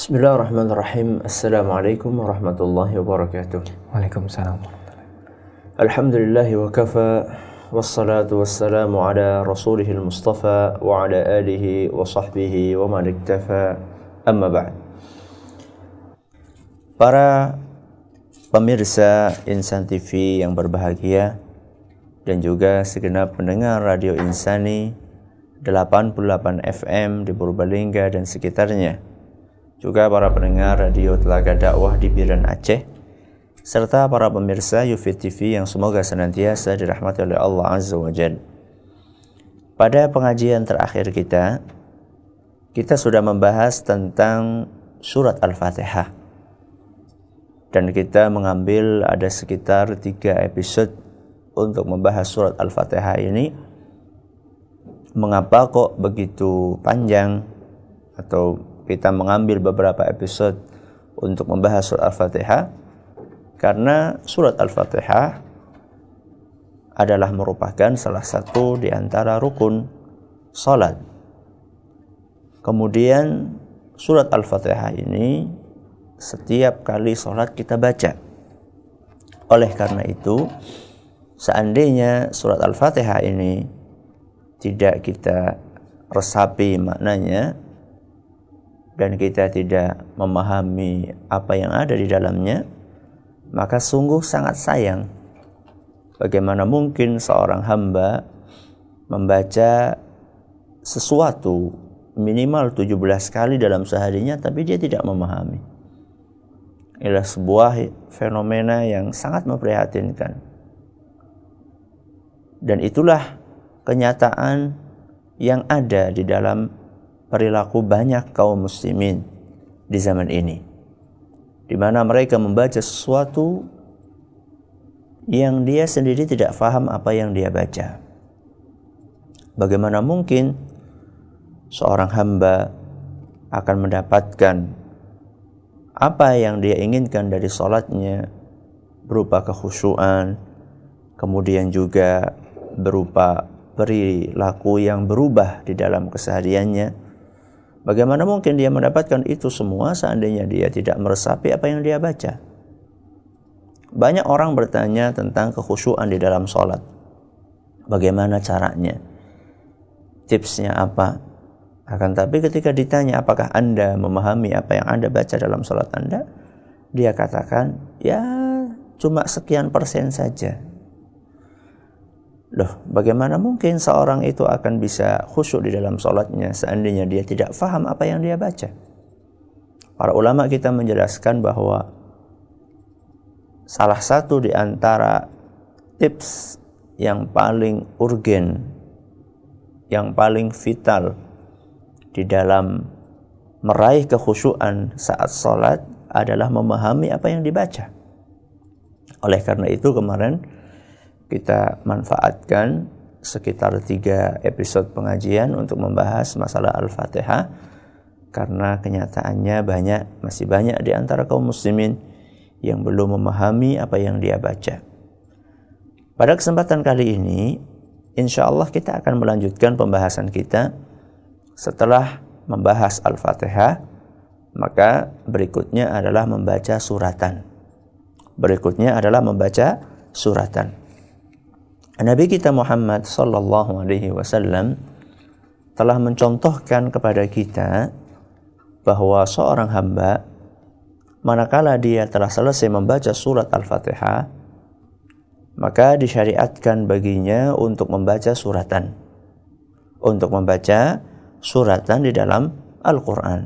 Bismillahirrahmanirrahim. Assalamualaikum warahmatullahi wabarakatuh. Waalaikumsalam. Alhamdulillahi wa kafa, wassalatu wassalamu ala rasulihil mustafa wa ala alihi wa sahbihi wa man iktafa, amma ba'd. Para pemirsa Insan TV yang berbahagia dan juga segenap pendengar Radio Insani 88 FM di Purbalingga dan sekitarnya, juga para pendengar Radio Telaga Dakwah di Biren Aceh, serta para pemirsa Yufid TV yang semoga senantiasa dirahmati oleh Allah Azza wa Jalla. Pada pengajian terakhir kita sudah membahas tentang surat Al-Fatihah, dan kita mengambil ada sekitar 3 episode untuk membahas surat Al-Fatihah ini. Mengapa kok begitu panjang, atau kita mengambil beberapa episode untuk membahas surat Al-Fatihah? Karena surat Al-Fatihah adalah merupakan salah satu di antara rukun salat. Kemudian surat Al-Fatihah ini setiap kali salat kita baca. Oleh karena itu, seandainya surat Al-Fatihah ini tidak kita resapi maknanya, dan kita tidak memahami apa yang ada di dalamnya, maka sungguh sangat sayang. Bagaimana mungkin seorang hamba membaca sesuatu minimal 17 kali dalam seharinya tapi dia tidak memahami. Inilah sebuah fenomena yang sangat memprihatinkan. Dan itulah kenyataan yang ada di dalam perilaku banyak kaum muslimin di zaman ini, di mana mereka membaca sesuatu yang dia sendiri tidak faham apa yang dia baca. Bagaimana mungkin seorang hamba akan mendapatkan apa yang dia inginkan dari salatnya berupa kekhusyuan, kemudian juga berupa perilaku yang berubah di dalam kesehariannya? Bagaimana mungkin dia mendapatkan itu semua seandainya dia tidak meresapi apa yang dia baca? Banyak orang bertanya tentang kekhusyuan di dalam sholat. Bagaimana caranya? Tipsnya apa? Akan tapi ketika ditanya apakah Anda memahami apa yang Anda baca dalam sholat Anda, dia katakan, ya cuma sekian persen saja. Loh, bagaimana mungkin seorang itu akan bisa khusyuk di dalam sholatnya seandainya dia tidak faham apa yang dia baca? Para ulama kita menjelaskan bahwa salah satu di antara tips yang paling urgen, yang paling vital di dalam meraih kekhusyuan saat sholat adalah memahami apa yang dibaca. Oleh karena itu kemarin kita manfaatkan sekitar 3 episode pengajian untuk membahas masalah Al-Fatihah, karena kenyataannya masih banyak di antara kaum muslimin yang belum memahami apa yang dia baca. Pada kesempatan kali ini, insya Allah kita akan melanjutkan pembahasan kita. Setelah membahas Al-Fatihah, maka berikutnya adalah membaca suratan. Nabi kita Muhammad sallallahu alaihi wasallam telah mencontohkan kepada kita bahwa seorang hamba manakala dia telah selesai membaca surat Al-Fatihah, maka disyariatkan baginya untuk membaca suratan di dalam Al-Quran.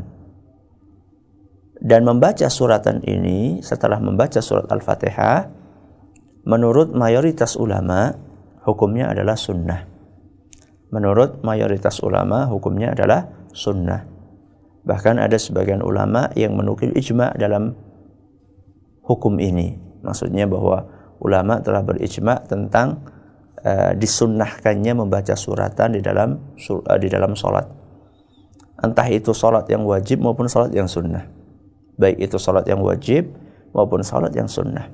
Dan membaca suratan ini setelah membaca surat Al-Fatihah, menurut mayoritas ulama hukumnya adalah sunnah. Bahkan ada sebagian ulama yang menukil ijma' dalam hukum ini. Maksudnya bahwa ulama telah berijma' tentang disunnahkannya membaca suratan di dalam sholat. Entah itu sholat yang wajib maupun sholat yang sunnah. Baik itu sholat yang wajib maupun sholat yang sunnah.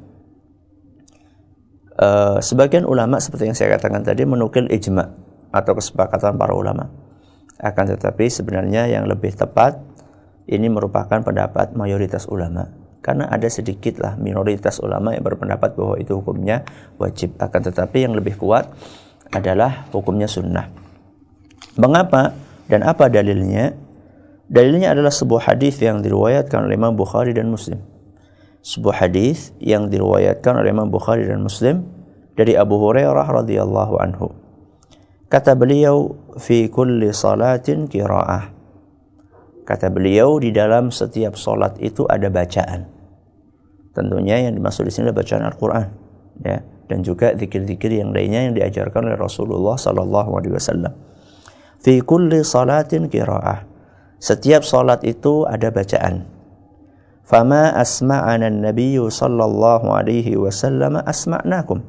Sebagian ulama seperti yang saya katakan tadi menukil ijma' atau kesepakatan para ulama. Akan tetapi sebenarnya yang lebih tepat ini merupakan pendapat mayoritas ulama. Karena ada sedikitlah minoritas ulama yang berpendapat bahwa itu hukumnya wajib. Akan tetapi yang lebih kuat adalah hukumnya sunnah. Mengapa dan apa dalilnya? Dalilnya adalah sebuah hadis yang diriwayatkan oleh Imam Bukhari dan Muslim. Sebuah hadis yang diriwayatkan oleh Imam Bukhari dan Muslim dari Abu Hurairah radhiyallahu anhu. Kata beliau, fi kulli salatin qiraah. Kata beliau, di dalam setiap salat itu ada bacaan. Tentunya yang dimaksud di sini adalah bacaan Al-Qur'an, ya, dan juga zikir-zikir yang lainnya yang diajarkan oleh Rasulullah sallallahu alaihi wasallam. Fi kulli salatin qiraah. Setiap salat itu ada bacaan. Fama asma'ana an-nabiy sallallahu alaihi wasallam asma'nakum.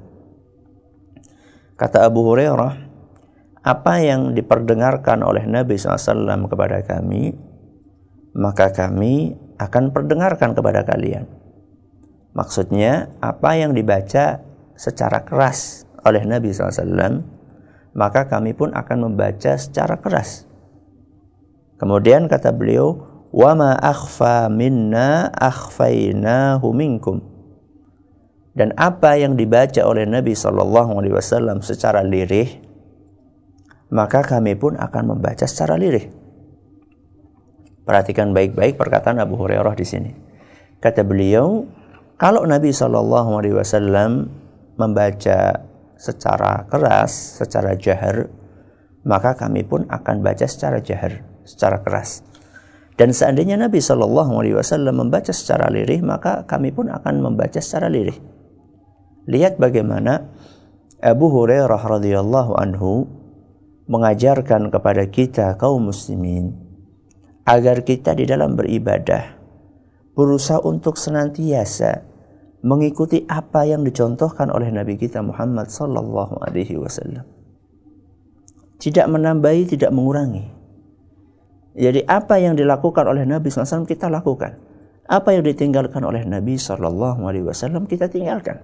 Kata Abu Hurairah, apa yang diperdengarkan oleh Nabi SAW kepada kami, maka kami akan perdengarkan kepada kalian. Maksudnya, apa yang dibaca secara keras oleh Nabi SAW, maka kami pun akan membaca secara keras. Kemudian kata beliau, wa ma akhfa minna akhfainahu minkum. Dan apa yang dibaca oleh Nabi SAW secara lirih, maka kami pun akan membaca secara lirih. Perhatikan baik-baik perkataan Abu Hurairah di sini. Kata beliau, kalau Nabi SAW membaca secara keras, secara jahar, maka kami pun akan baca secara jahar, secara keras. Dan seandainya Nabi SAW membaca secara lirih, maka kami pun akan membaca secara lirih. Lihat bagaimana Abu Hurairah radhiyallahu anhu mengajarkan kepada kita kaum muslimin agar kita di dalam beribadah berusaha untuk senantiasa mengikuti apa yang dicontohkan oleh Nabi kita Muhammad sallallahu alaihi wasallam. Tidak menambahi, tidak mengurangi. Jadi apa yang dilakukan oleh Nabi SAW kita lakukan. Apa yang ditinggalkan oleh Nabi SAW kita tinggalkan.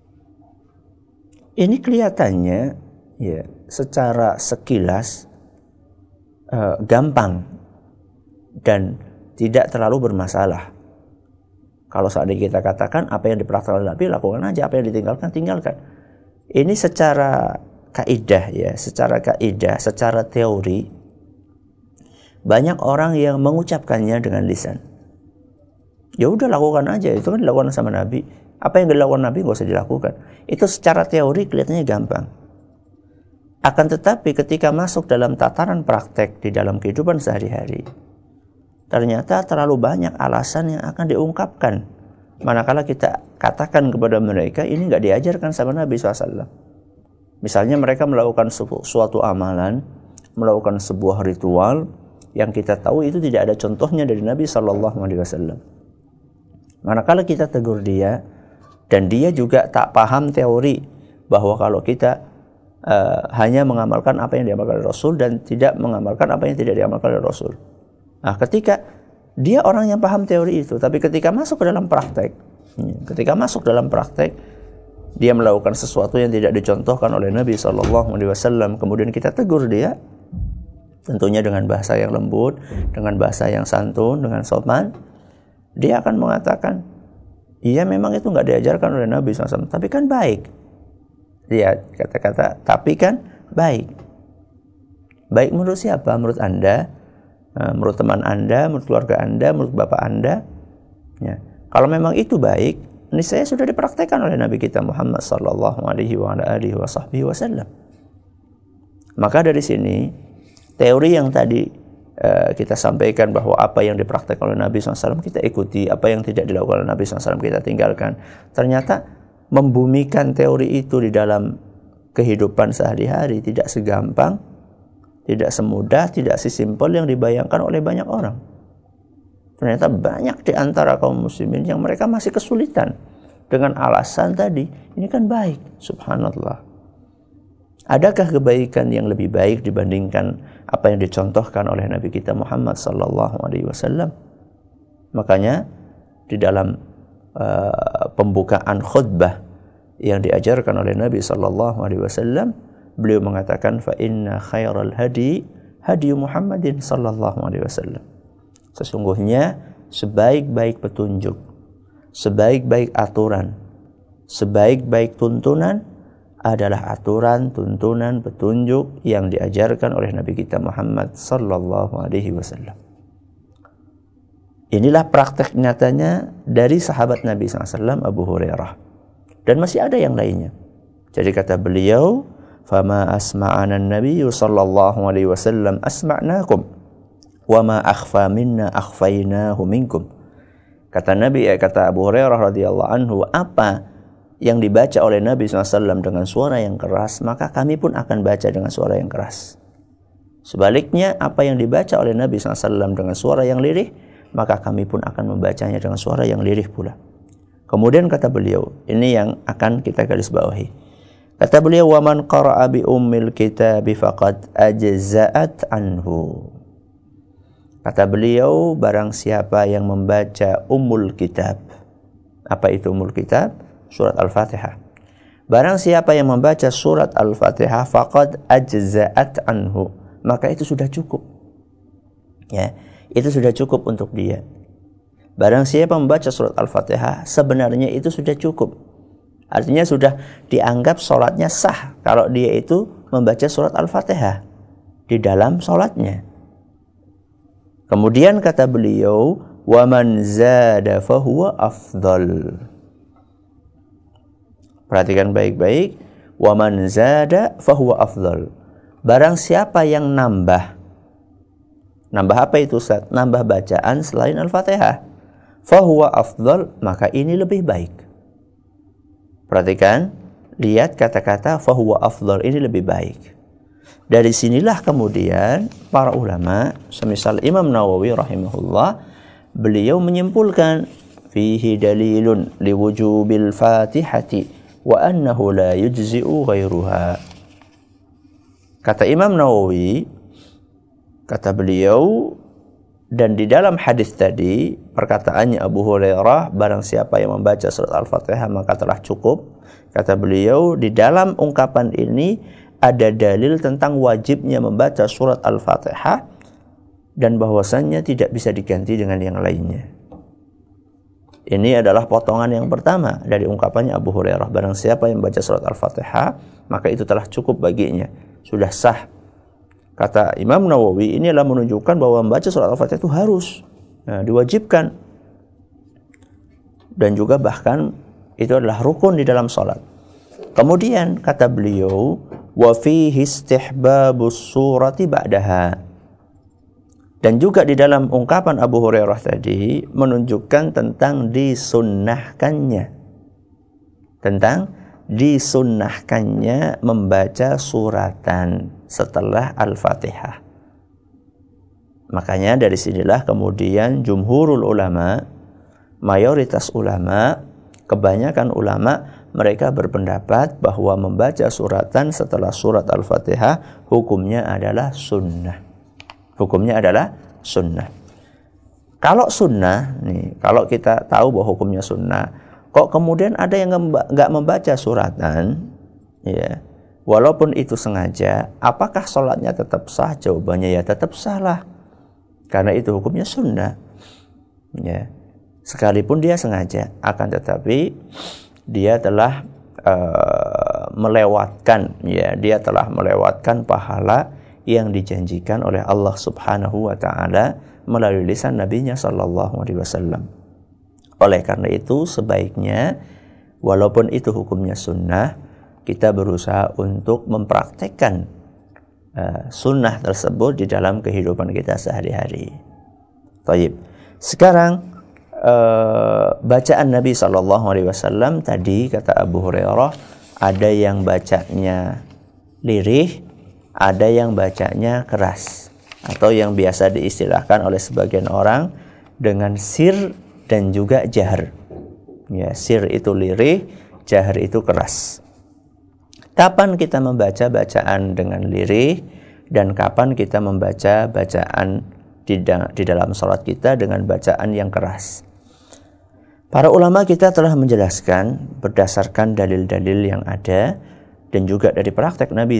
Ini kelihatannya ya secara sekilas gampang dan tidak terlalu bermasalah. Kalau seandainya kita katakan apa yang dipraktikkan oleh Nabi lakukan aja, apa yang ditinggalkan tinggalkan. Ini secara kaidah ya, secara teori banyak orang yang mengucapkannya dengan lisan. Ya udah lakukan aja, itu kan dilakukan sama Nabi. Apa yang dilakukan Nabi nggak usah dilakukan. Itu secara teori kelihatannya gampang. Akan tetapi ketika masuk dalam tataran praktek di dalam kehidupan sehari-hari, ternyata terlalu banyak alasan yang akan diungkapkan. Manakala kita katakan kepada mereka ini nggak diajarkan sama Nabi SAW. Misalnya mereka melakukan suatu amalan, melakukan sebuah ritual yang kita tahu itu tidak ada contohnya dari Nabi SAW. Manakala kita tegur dia dan dia juga tak paham teori bahwa kalau kita hanya mengamalkan apa yang diamalkan oleh Rasul dan tidak mengamalkan apa yang tidak diamalkan oleh Rasul. Nah, ketika dia orang yang paham teori itu, tapi ketika masuk ke dalam praktek, dia melakukan sesuatu yang tidak dicontohkan oleh Nabi SAW, kemudian kita tegur dia, tentunya dengan bahasa yang lembut, dengan bahasa yang santun, dengan sopan, dia akan mengatakan, iya memang itu nggak diajarkan oleh Nabi SAW, tapi kan baik. Lihat kata-kata, tapi kan baik. Baik menurut siapa? Menurut Anda? Menurut teman Anda, menurut keluarga Anda, menurut bapak Anda. Ya. Kalau memang itu baik, ini saya sudah dipraktekkan oleh Nabi kita Muhammad sallallahu alaihi wasallam. Maka dari sini teori yang tadi kita sampaikan bahwa apa yang dipraktekkan oleh Nabi SAW kita ikuti, apa yang tidak dilakukan oleh Nabi SAW kita tinggalkan. Ternyata membumikan teori itu di dalam kehidupan sehari-hari tidak segampang, tidak semudah, tidak sesimpel yang dibayangkan oleh banyak orang. Ternyata banyak di antara kaum muslimin yang mereka masih kesulitan dengan alasan tadi, ini kan baik, subhanallah. Adakah kebaikan yang lebih baik dibandingkan apa yang dicontohkan oleh Nabi kita Muhammad sallallahu alaihi wasallam? Makanya di dalam pembukaan khutbah yang diajarkan oleh Nabi sallallahu alaihi wasallam, beliau mengatakan fa inna khairal hadi hadi Muhammadin sallallahu alaihi wasallam. Sesungguhnya sebaik-baik petunjuk, sebaik-baik aturan, sebaik-baik tuntunan adalah aturan, tuntunan, petunjuk yang diajarkan oleh Nabi kita Muhammad sallallahu alaihi wasallam. Inilah praktek nyatanya dari sahabat Nabi SAW Abu Hurairah. Dan masih ada yang lainnya. Jadi kata beliau, "Fama asma'ana an-nabiy sallallahu alaihi wasallam asma'nakum wa ma akhfa minna akhfainahu minkum." Kata Abu Hurairah radhiyallahu anhu, apa yang dibaca oleh Nabi SAW dengan suara yang keras, maka kami pun akan baca dengan suara yang keras. Sebaliknya, apa yang dibaca oleh Nabi SAW dengan suara yang lirih, maka kami pun akan membacanya dengan suara yang lirih pula. Kemudian kata beliau, ini yang akan kita garis bawahi. Kata beliau, "Wa man qara'a bi ummil kitabi faqad ajza'at anhu." Kata beliau, barang siapa yang membaca Ummul Kitab. Apa itu Ummul Kitab? Surat Al-Fatihah. Barang siapa yang membaca surat Al-Fatihah, faqad ajza'at anhu, maka itu sudah cukup. Ya, itu sudah cukup untuk dia. Barang siapa membaca surat Al-Fatihah, sebenarnya itu sudah cukup. Artinya sudah dianggap sholatnya sah kalau dia itu membaca surat Al-Fatihah di dalam sholatnya. Kemudian kata beliau, "Wa man zada fahuwa afdal." Perhatikan baik-baik. Wa man zada fahuwa afdal. Barang siapa yang nambah. Nambah apa itu Ustaz? Nambah bacaan selain Al-Fatihah. Fahuwa afdal, maka ini lebih baik. Perhatikan, lihat kata-kata fahuwa afdal, ini lebih baik. Dari sinilah kemudian para ulama, semisal Imam Nawawi rahimahullah, beliau menyimpulkan fihi dalilun liwujubil fatihati wa annahu la yujzi'u ghairuha. Kata Imam Nawawi, kata beliau, dan di dalam hadis tadi perkataannya Abu Hurairah, barang siapa yang membaca surat Al-Fatihah maka telah cukup. Kata beliau, di dalam ungkapan ini ada dalil tentang wajibnya membaca surat Al-Fatihah dan bahwasannya tidak bisa diganti dengan yang lainnya. Ini adalah potongan yang pertama dari ungkapannya Abu Hurairah. Barang siapa yang baca surat Al-Fatihah, maka itu telah cukup baginya. Sudah sah. Kata Imam Nawawi, ini adalah menunjukkan bahwa membaca surat Al-Fatihah itu harus. Diwajibkan. Dan juga bahkan itu adalah rukun di dalam salat. Kemudian kata beliau, wa fihi istihbabus surati ba'daha. Dan juga di dalam ungkapan Abu Hurairah tadi menunjukkan tentang disunnahkannya. Tentang disunnahkannya membaca suratan setelah Al-Fatihah. Makanya dari sinilah kemudian jumhurul ulama, mayoritas ulama, kebanyakan ulama, mereka berpendapat bahwa membaca suratan setelah surat Al-Fatihah hukumnya adalah sunnah. Hukumnya adalah sunnah. Kalau sunnah, nih, kalau kita tahu bahwa hukumnya sunnah, kok kemudian ada yang nggak membaca suratan, ya, walaupun itu sengaja, apakah sholatnya tetap sah? Jawabannya ya tetap sah lah, karena itu hukumnya sunnah. Ya, sekalipun dia sengaja, akan tetapi dia telah melewatkan, ya, dia telah melewatkan pahala yang dijanjikan oleh Allah Subhanahu wa taala melalui lisan nabinya sallallahu alaihi wasallam. Oleh karena itu sebaiknya walaupun itu hukumnya sunnah, kita berusaha untuk mempraktekkan sunnah tersebut di dalam kehidupan kita sehari-hari. Baik. Sekarang bacaan Nabi sallallahu alaihi wasallam tadi kata Abu Hurairah, ada yang bacanya lirih, ada yang bacanya keras, atau yang biasa diistilahkan oleh sebagian orang dengan sir dan juga jahar. Ya, sir itu lirih, jahar itu keras. Kapan kita membaca bacaan dengan lirih dan kapan kita membaca bacaan di dalam salat kita dengan bacaan yang keras? Para ulama kita telah menjelaskan berdasarkan dalil-dalil yang ada dan juga dari praktek Nabi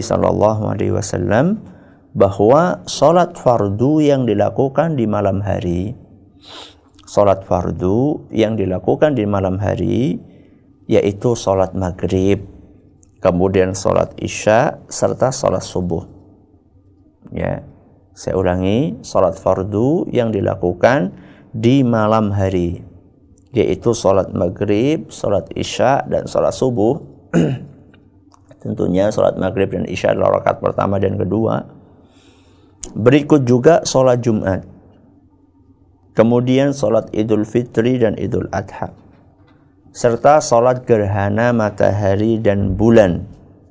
SAW bahwa sholat fardu yang dilakukan di malam hari Salat fardu yang dilakukan di malam hari yaitu salat maghrib, kemudian salat isya serta salat subuh. Ya, saya ulangi, salat fardu yang dilakukan di malam hari yaitu salat maghrib, salat isya dan salat subuh. Tentunya salat maghrib dan isya adalah rakaat pertama dan kedua. Berikut juga salat Jumat, kemudian salat Idul Fitri dan Idul Adha, serta salat gerhana matahari dan bulan.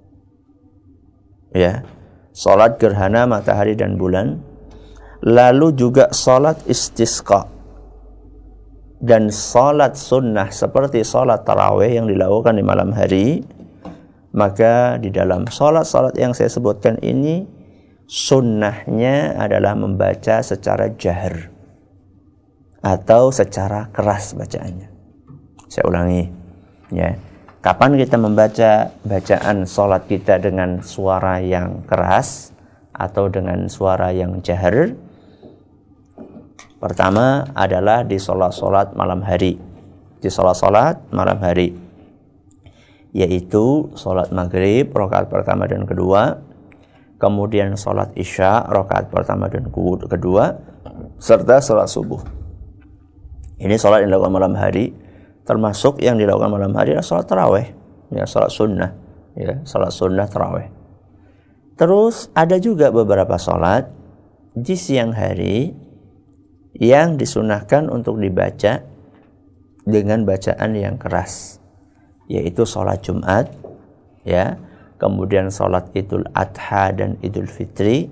Ya, salat gerhana matahari dan bulan. Lalu juga salat istisqa dan salat sunnah seperti salat tarawih yang dilakukan di malam hari. Maka di dalam salat-salat yang saya sebutkan ini, sunnahnya adalah membaca secara jahar atau secara keras bacaannya. Saya ulangi, ya. Kapan kita membaca bacaan salat kita dengan suara yang keras atau dengan suara yang jahar? Pertama adalah di salat-salat malam hari. Di salat-salat malam hari, yaitu salat maghrib rakaat pertama dan kedua, kemudian salat isya rakaat pertama dan kedua, serta salat subuh. Ini salat yang dilakukan malam hari. Termasuk yang dilakukan malam hari adalah salat tarawih, ya, salat sunnah, ya, salat sunnah tarawih. Terus ada juga beberapa salat di siang hari yang disunahkan untuk dibaca dengan bacaan yang keras, yaitu salat Jumat, ya, kemudian salat Idul Adha dan Idul Fitri,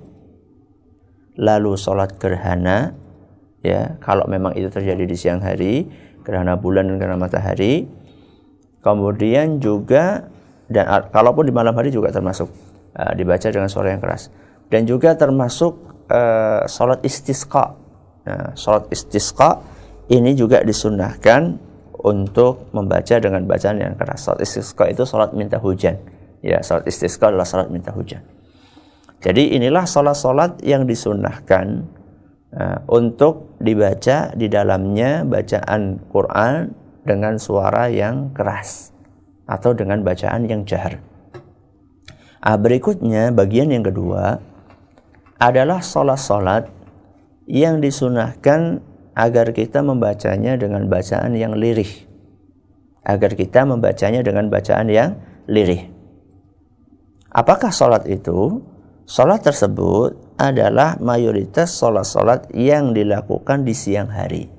lalu salat gerhana, ya, kalau memang itu terjadi di siang hari, gerhana bulan dan gerhana matahari. Kemudian juga, dan kalaupun di malam hari juga termasuk dibaca dengan suara yang keras. Dan juga termasuk salat istisqa. Nah, salat istisqa ini juga disunahkan untuk membaca dengan bacaan yang keras. Salat istisqa itu salat minta hujan. Ya, salat istisqa adalah salat minta hujan. Jadi inilah salat-salat yang disunahkan untuk dibaca di dalamnya bacaan Quran dengan suara yang keras atau dengan bacaan yang jahar. Berikutnya bagian yang kedua adalah salat-salat yang disunahkan agar kita membacanya dengan bacaan yang lirih. Agar kita membacanya dengan bacaan yang lirih. Apakah salat itu? Salat tersebut adalah mayoritas salat-salat yang dilakukan di siang hari.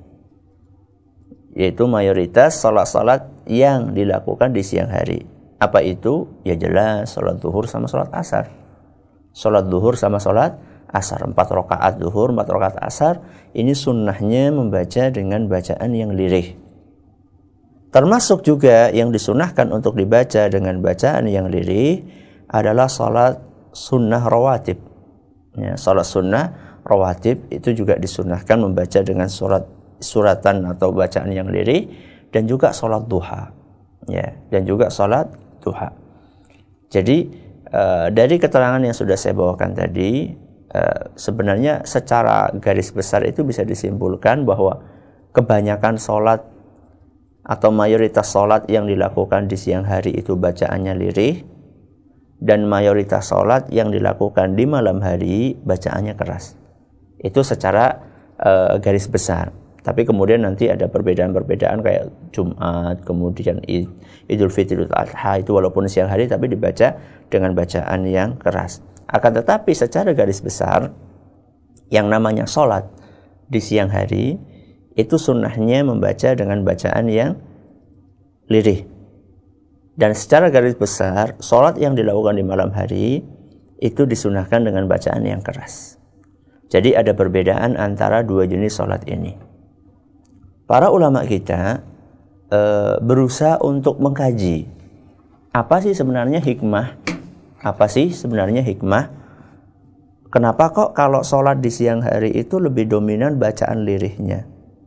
Yaitu mayoritas salat-salat yang dilakukan di siang hari. Apa itu? Ya jelas, salat zuhur sama salat asar. Salat zuhur sama salat asar, 4 rakaat zuhur, 4 rakaat asar. Ini sunnahnya membaca dengan bacaan yang lirih. Termasuk juga yang disunahkan untuk dibaca dengan bacaan yang lirih adalah salat sunnah rawatib. Ya, salat sunnah rawatib itu juga disunahkan membaca dengan suratan atau bacaan yang lirih, dan juga salat duha. Ya, dan juga salat duha. Jadi dari keterangan yang sudah saya bawakan tadi, sebenarnya secara garis besar itu bisa disimpulkan bahwa kebanyakan salat atau mayoritas salat yang dilakukan di siang hari itu bacaannya lirih, dan mayoritas salat yang dilakukan di malam hari bacaannya keras. Itu secara garis besar. Tapi kemudian nanti ada perbedaan-perbedaan kayak Jumat, kemudian Idul Fitri, Idul Adha, itu walaupun siang hari tapi dibaca dengan bacaan yang keras. Akan tetapi secara garis besar, yang namanya salat di siang hari itu sunnahnya membaca dengan bacaan yang lirih. Dan secara garis besar, salat yang dilakukan di malam hari itu disunahkan dengan bacaan yang keras. Jadi ada perbedaan antara dua jenis salat ini. Para ulama kita berusaha untuk mengkaji apa sih sebenarnya hikmah? Apa sih sebenarnya hikmah? Kenapa kok kalau salat di siang hari itu lebih dominan bacaan lirihnya?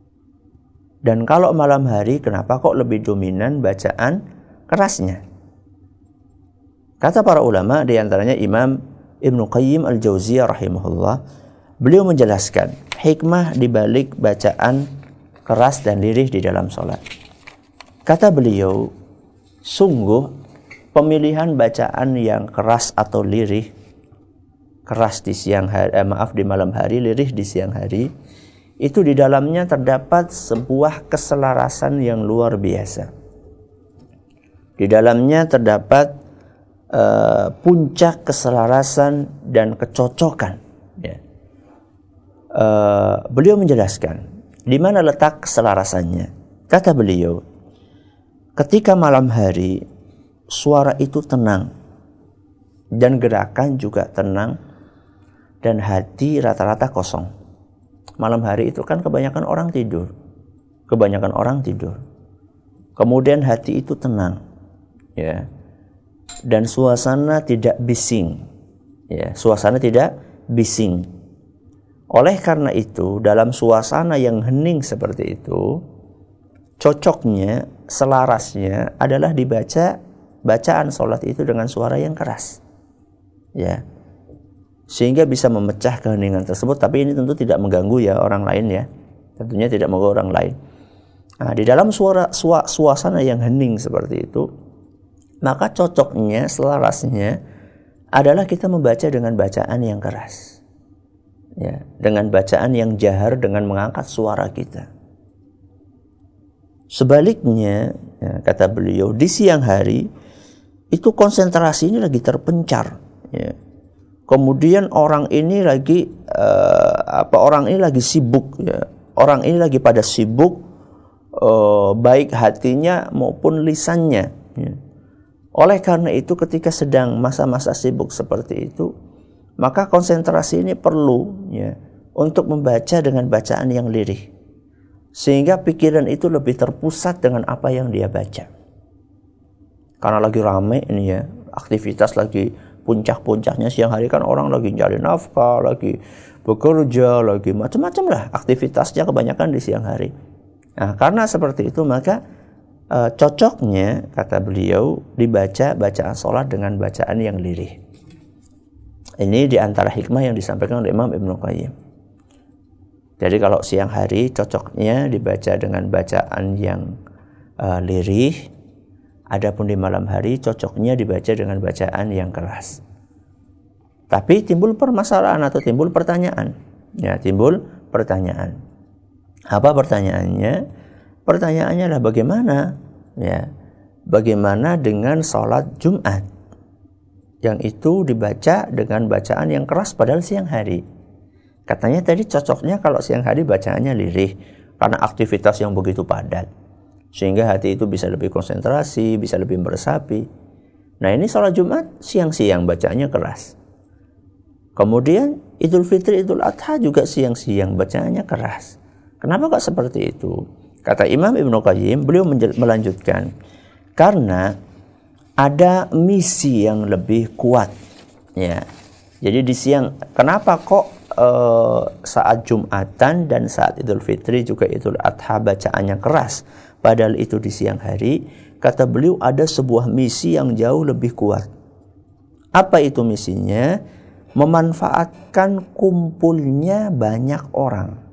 Dan kalau malam hari kenapa kok lebih dominan bacaan kerasnya? Kata para ulama, di antaranya Imam Ibnu Qayyim Al-Jauziyah rahimahullah, beliau menjelaskan hikmah di balik bacaan keras dan lirih di dalam sholat. Kata beliau, sungguh pemilihan bacaan yang keras atau lirih, keras di siang hari, di malam hari, lirih di siang hari, itu di dalamnya terdapat sebuah keselarasan yang luar biasa. Di dalamnya terdapat puncak keselarasan dan kecocokan. Ya. Beliau menjelaskan di mana letak keselarasannya. Kata beliau, ketika malam hari suara itu tenang dan gerakan juga tenang dan hati rata-rata kosong. Malam hari itu kan kebanyakan orang tidur. Kemudian hati itu tenang. Ya. Dan suasana tidak bising. Ya, suasana tidak bising. Oleh karena itu, dalam suasana yang hening seperti itu, cocoknya, selarasnya adalah dibaca bacaan sholat itu dengan suara yang keras. Ya. Sehingga bisa memecah keheningan tersebut, tapi ini tentu tidak mengganggu ya orang lain ya. Tentunya tidak mengganggu orang lain. Nah, di dalam suasana yang hening seperti itu, maka cocoknya, selarasnya adalah kita membaca dengan bacaan yang keras. Ya, dengan bacaan yang jahar, dengan mengangkat suara kita. Sebaliknya, ya, kata beliau, di siang hari itu konsentrasi ini lagi terpencar. Ya. Kemudian orang ini lagi sibuk. Ya. Orang ini lagi pada sibuk, baik hatinya maupun lisannya. Ya. Oleh karena itu, ketika sedang masa-masa sibuk seperti itu, maka konsentrasi ini perlu ya, untuk membaca dengan bacaan yang lirih. Sehingga pikiran itu lebih terpusat dengan apa yang dia baca. Karena lagi rame ini ya, aktivitas lagi puncak-puncaknya siang hari kan orang lagi cari nafkah, lagi bekerja, lagi macam-macam lah aktivitasnya kebanyakan di siang hari. Nah, karena seperti itu maka cocoknya, kata beliau, dibaca bacaan sholat dengan bacaan yang lirih. Ini diantara hikmah yang disampaikan oleh Imam Ibnu Qayyim. Jadi kalau siang hari cocoknya dibaca dengan bacaan yang lirih. Adapun di malam hari cocoknya dibaca dengan bacaan yang keras. Tapi timbul permasalahan atau timbul pertanyaan. Ya, timbul pertanyaan. Apa pertanyaannya? Pertanyaannya adalah bagaimana? Ya, bagaimana dengan sholat Jumat? Yang itu dibaca dengan bacaan yang keras padahal siang hari. Katanya tadi cocoknya kalau siang hari bacaannya lirih karena aktivitas yang begitu padat. Sehingga hati itu bisa lebih konsentrasi, bisa lebih meresapi. Nah, ini sholat Jumat siang-siang bacaannya keras. Kemudian Idul Fitri, Idul Adha juga siang-siang bacaannya keras. Kenapa kok seperti itu? Kata Imam Ibnu Qayyim, beliau melanjutkan, karena ada misi yang lebih kuat. Ya. Jadi di siang, kenapa kok saat Jumatan dan saat Idul Fitri juga Idul Adha bacaannya keras, padahal itu di siang hari? Kata beliau, ada sebuah misi yang jauh lebih kuat. Apa itu misinya? Memanfaatkan kumpulnya banyak orang.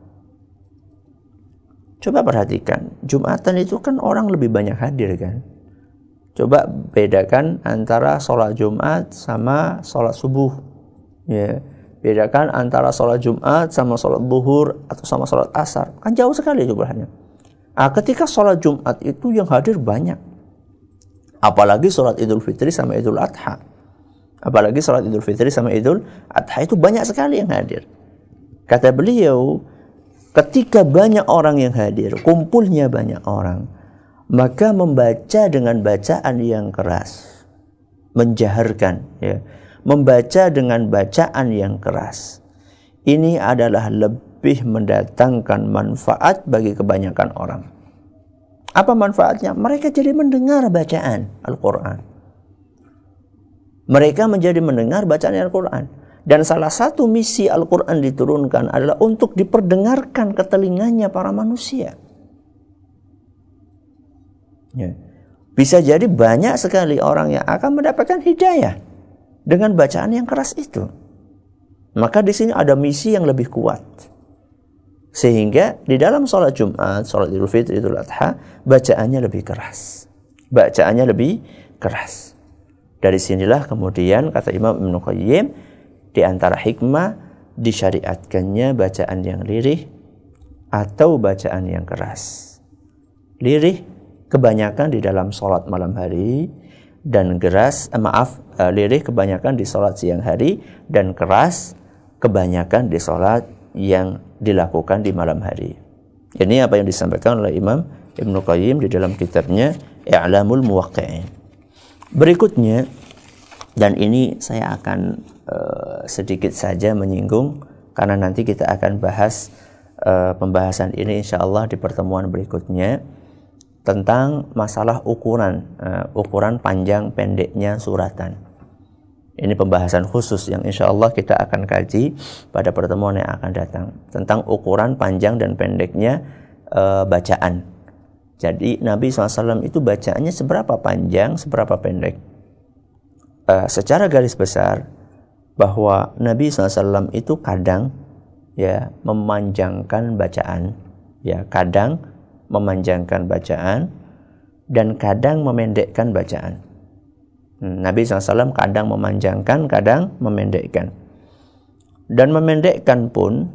Coba perhatikan, Jumatan itu kan orang lebih banyak hadir kan. Coba bedakan antara sholat Jumat sama sholat subuh. Ya, bedakan antara sholat Jumat sama sholat zuhur atau sama sholat asar. Kan jauh sekali jumlahnya. Nah, ketika sholat Jumat itu yang hadir banyak. Apalagi sholat Idul Fitri sama Idul Adha. Apalagi sholat Idul Fitri sama Idul Adha itu banyak sekali yang hadir. Kata beliau, ketika banyak orang yang hadir, kumpulnya banyak orang, maka membaca dengan bacaan yang keras, menjaharkan, ya, membaca dengan bacaan yang keras, ini adalah lebih mendatangkan manfaat bagi kebanyakan orang. Apa manfaatnya? Mereka jadi mendengar bacaan Al-Quran. Mereka menjadi mendengar bacaan Al-Quran. Dan salah satu misi Al-Quran diturunkan adalah untuk diperdengarkan ke telinganya para manusia. Ya. Bisa jadi banyak sekali orang yang akan mendapatkan hidayah dengan bacaan yang keras itu. Maka di sini ada misi yang lebih kuat. Sehingga di dalam sholat Jumat, sholat Idul Fitri, Idul Adha, bacaannya lebih keras. Bacaannya lebih keras. Dari sinilah kemudian kata Imam Ibnu Qayyim, di antara hikmah disyariatkannya bacaan yang lirih atau bacaan yang keras. Lirih kebanyakan di dalam sholat malam hari, dan lirih kebanyakan di sholat siang hari, dan keras kebanyakan di sholat yang dilakukan di malam hari. Ini apa yang disampaikan oleh Imam Ibnu Qayyim di dalam kitabnya I'lamul Muwaqqi'in. Berikutnya, dan ini saya akan sedikit saja menyinggung karena nanti kita akan bahas pembahasan ini insyaallah di pertemuan berikutnya, tentang masalah ukuran panjang pendeknya suratan. Ini pembahasan khusus yang insya Allah kita akan kaji pada pertemuan yang akan datang, tentang ukuran panjang dan pendeknya bacaan. Jadi Nabi SAW itu bacaannya seberapa panjang, seberapa pendek. Secara garis besar, bahwa Nabi SAW itu kadang memanjangkan bacaan, kadang memanjangkan bacaan, dan kadang memendekkan bacaan. Nabi SAW kadang memanjangkan, kadang memendekkan. Dan memendekkan pun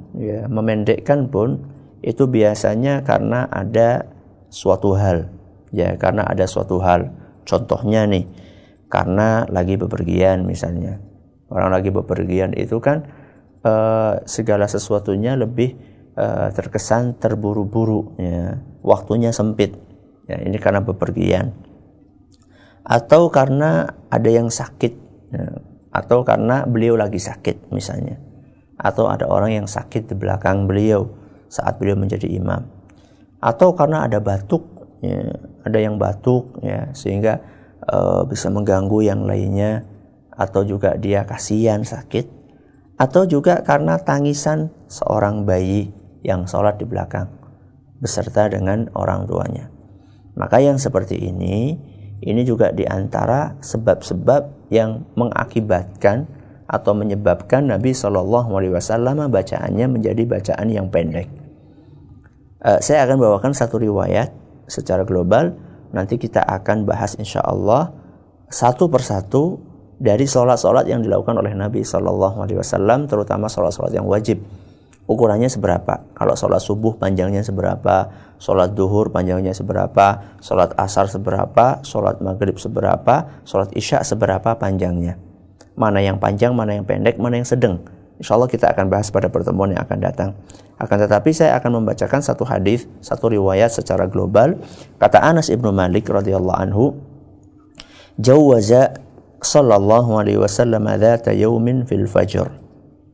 itu biasanya karena ada suatu hal. Karena ada suatu hal. Contohnya nih, karena lagi bepergian misalnya. Orang lagi bepergian itu kan segala sesuatunya lebih terkesan terburu-buru, waktunya sempit. Ini karena bepergian. Atau karena ada yang sakit, atau karena beliau lagi sakit misalnya, atau ada orang yang sakit di belakang beliau saat beliau menjadi imam, atau karena ada batuk, ada yang batuk, sehingga bisa mengganggu yang lainnya, atau juga dia kasihan sakit, atau juga karena tangisan seorang bayi yang sholat di belakang beserta dengan orang tuanya. Maka yang seperti ini juga diantara sebab-sebab yang mengakibatkan atau menyebabkan Nabi SAW bacaannya menjadi bacaan yang pendek. Saya akan bawakan satu riwayat secara global. Nanti kita akan bahas insya Allah satu persatu dari sholat-sholat yang dilakukan oleh Nabi SAW, terutama sholat-sholat yang wajib. Ukurannya seberapa? Kalau sholat subuh panjangnya seberapa? Sholat duhur panjangnya seberapa? Sholat asar seberapa? Sholat maghrib seberapa? Sholat isya seberapa panjangnya? Mana yang panjang, mana yang pendek, mana yang sedang? Insya Allah kita akan bahas pada pertemuan yang akan datang. Akan tetapi saya akan membacakan satu hadis, satu riwayat secara global. Kata Anas ibnu Malik radhiyallahu anhu, "Jawaza sallallahu alaihi wasallam dzata yaumin fil fajr."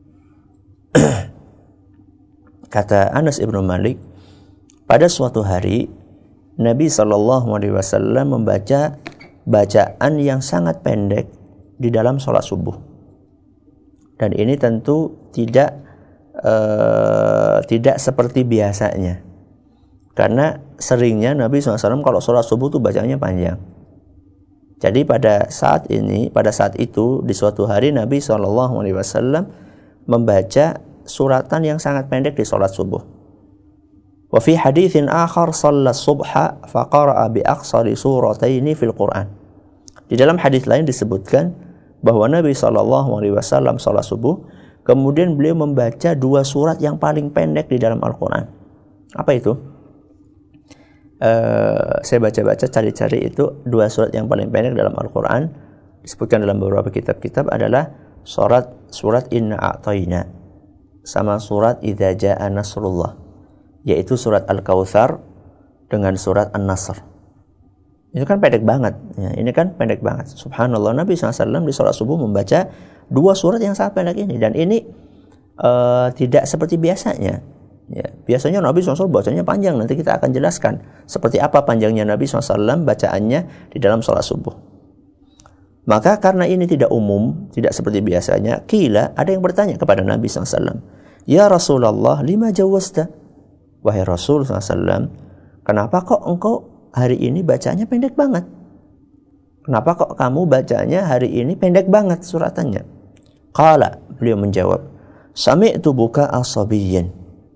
Kata Anas ibnu Malik, pada suatu hari Nabi SAW membaca bacaan yang sangat pendek di dalam sholat subuh. Dan ini tentu tidak seperti biasanya, karena seringnya Nabi SAW kalau sholat subuh itu bacanya panjang. Jadi pada saat itu di suatu hari Nabi SAW membaca suratan yang sangat pendek di sholat subuh. Wa fi haditsin akhar shalla subha faqara'a bi aqsari surataini fil Qur'an. Di dalam hadis lain disebutkan bahwa Nabi SAW sholat subuh, kemudian beliau membaca dua surat yang paling pendek di dalam Al-Quran. Apa itu? Saya baca-baca, cari-cari itu dua surat yang paling pendek dalam Al-Quran. Disebutkan dalam beberapa kitab-kitab adalah surat Inna A'tayna sama surat Idza Jaa Nasrullah, yaitu surat Al-Kautsar dengan surat An-Nasr. Itu kan pendek banget. Ini kan pendek banget. Subhanallah, Nabi SAW di sholat subuh membaca dua surat yang sangat pendek ini. Dan ini tidak seperti biasanya. Biasanya Nabi SAW bacanya panjang. Nanti kita akan jelaskan seperti apa panjangnya Nabi SAW bacaannya di dalam sholat subuh. Maka karena ini tidak umum, tidak seperti biasanya, kila ada yang bertanya kepada Nabi SAW, "Ya Rasulullah, lima jawazta?" Wahai Rasul SAW, kenapa kok engkau hari ini bacanya pendek banget? Kenapa kok kamu bacanya hari ini pendek banget suratannya? Qala, beliau menjawab, "Sami'tu buka as-sabiyyin."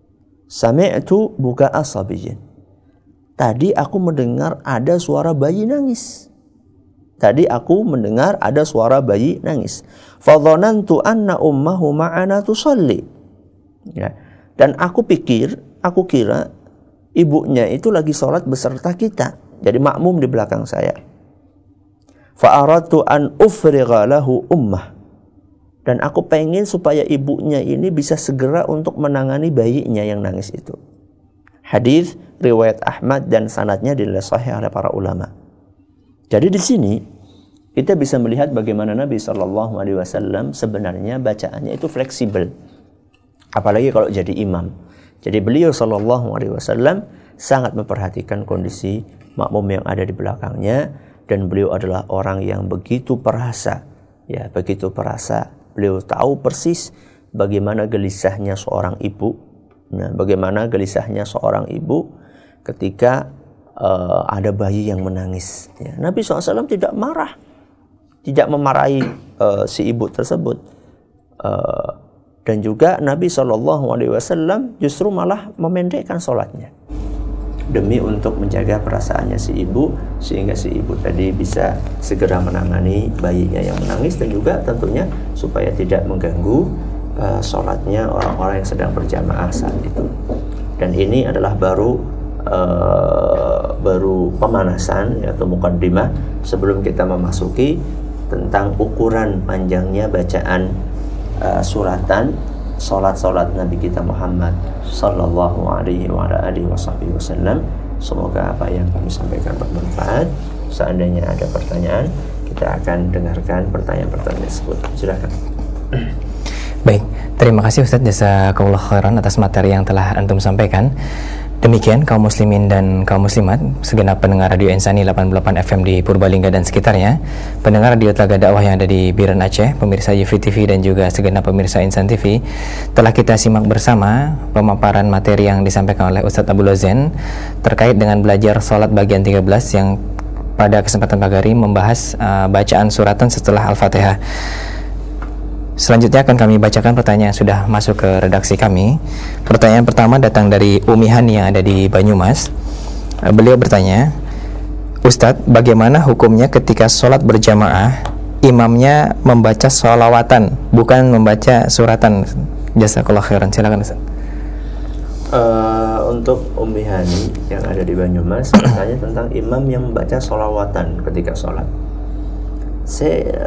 Sami'tu buka'a sabiyyin. Tadi aku mendengar ada suara bayi nangis. Tadi aku mendengar ada suara bayi nangis. Fadhanantu anna ummahu ma'ana tusalli. Ya. Dan aku kira ibunya itu lagi sholat beserta kita. Jadi makmum di belakang saya. Fa'aradtu an ufrigha lahu ummah. Dan aku pengen supaya ibunya ini bisa segera untuk menangani bayinya yang nangis itu. Hadis riwayat Ahmad dan sanadnya dinilai sahih oleh para ulama. Jadi di sini kita bisa melihat bagaimana Nabi SAW sebenarnya bacaannya itu fleksibel. Apalagi kalau jadi imam. Jadi beliau SAW sangat memperhatikan kondisi makmum yang ada di belakangnya, dan beliau adalah orang yang begitu perasa. Ya, begitu perasa. Beliau tahu persis bagaimana gelisahnya seorang ibu. Nah, bagaimana gelisahnya seorang ibu ketika ada bayi yang menangis. Ya, Nabi SAW tidak marah, tidak memarahi si ibu tersebut. Dan juga Nabi SAW justru malah memendekkan sholatnya demi untuk menjaga perasaannya si ibu, sehingga si ibu tadi bisa segera menangani bayinya yang menangis, dan juga tentunya supaya tidak mengganggu sholatnya orang-orang yang sedang berjamaah saat itu. Dan ini adalah baru pemanasan atau muqaddimah sebelum kita memasuki tentang ukuran panjangnya bacaan suratan salat Nabi kita Muhammad sallallahu alaihi wa alihi wasallam. Semoga apa yang kami sampaikan bermanfaat. Seandainya ada pertanyaan, kita akan dengarkan pertanyaan-pertanyaan tersebut. Silakan. Baik, terima kasih Ustaz jazakallahu khairan atas materi yang telah antum sampaikan. Demikian kaum muslimin dan kaum muslimat, segenap pendengar Radio Insani 88 FM di Purbalingga dan sekitarnya, pendengar Radio Telaga Dakwah yang ada di Biren Aceh, pemirsa Yufi TV dan juga segenap pemirsa Insan TV, telah kita simak bersama pemaparan materi yang disampaikan oleh Ustadz Abdul Zen terkait dengan belajar sholat bagian 13 yang pada kesempatan pagi hari membahas bacaan suratan setelah Al-Fatihah. Selanjutnya akan kami bacakan pertanyaan yang sudah masuk ke redaksi kami. Pertanyaan pertama datang dari Umi Hani yang ada di Banyumas. Beliau bertanya, Ustadz, bagaimana hukumnya ketika sholat berjamaah imamnya membaca sholawatan, bukan membaca suratan? Jazakallahu khairan. Silakan Ustadz. Untuk Umi Hani yang ada di Banyumas bertanya tentang imam yang membaca sholawatan ketika sholat. Saya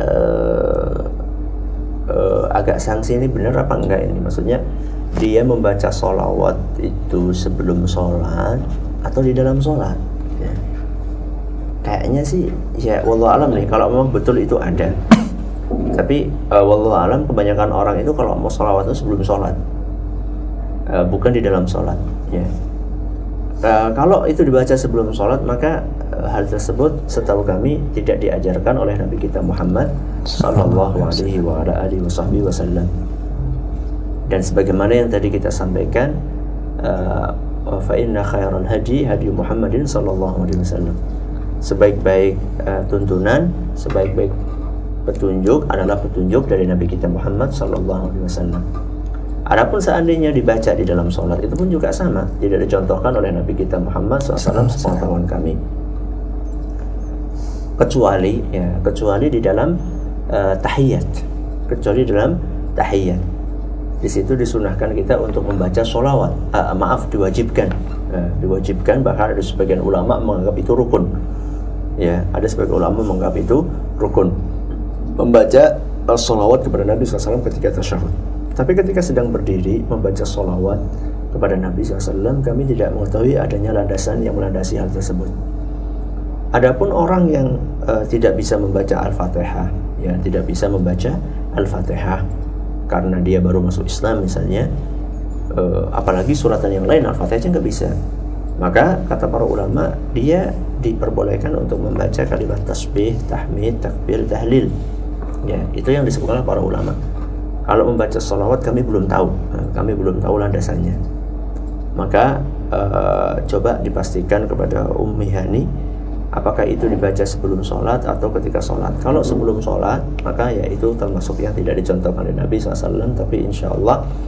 agak sanksi ini benar apa enggak ini, maksudnya dia membaca sholawat itu sebelum sholat atau di dalam sholat ya. Kayaknya sih ya wallahu alam nih, kalau memang betul itu ada tapi wallahu alam kebanyakan orang itu kalau mau sholawat itu sebelum sholat, bukan di dalam sholat ya. Kalau itu dibaca sebelum sholat, maka hal tersebut setahu kami tidak diajarkan oleh Nabi kita Muhammad sallallahu alaihi wa alihi wasallam. Dan sebagaimana yang tadi kita sampaikan, fa inna khairal hadi Muhammadin sallallahu alaihi wasallam. Sebaik-baik tuntunan, sebaik-baik petunjuk adalah petunjuk dari Nabi kita Muhammad sallallahu alaihi wasallam. Adapun seandainya dibaca di dalam sholat, itu pun juga sama, tidak dicontohkan oleh Nabi kita Muhammad SAW sepengetahuan kami, kecuali di dalam tahiyat. Kecuali dalam tahiyat, di situ disunahkan kita untuk membaca sholawat. Diwajibkan, bahkan ada sebagian ulama menganggap itu rukun. Ya, ada sebagian ulama menganggap itu rukun, membaca sholawat kepada Nabi SAW ketika tasyahud. Tapi ketika sedang berdiri membaca sholawat kepada Nabi SAW, kami tidak mengetahui adanya landasan yang melandasi hal tersebut. Adapun orang yang tidak bisa membaca Al-Fatihah, ya tidak bisa membaca Al-Fatihah karena dia baru masuk Islam misalnya, apalagi suratan yang lain, Al-Fatihah nggak bisa, maka kata para ulama dia diperbolehkan untuk membaca kalimat tasbih, tahmid, takbir, tahlil. Ya, itu yang disebutkan oleh para ulama. Kalau membaca sholawat kami belum tahu landasannya. Maka coba dipastikan kepada Ummi Hani, apakah itu dibaca sebelum sholat atau ketika sholat. Kalau sebelum sholat, maka ya itu termasuk yang tidak dicontohkan oleh Nabi SAW. Tapi insya Allah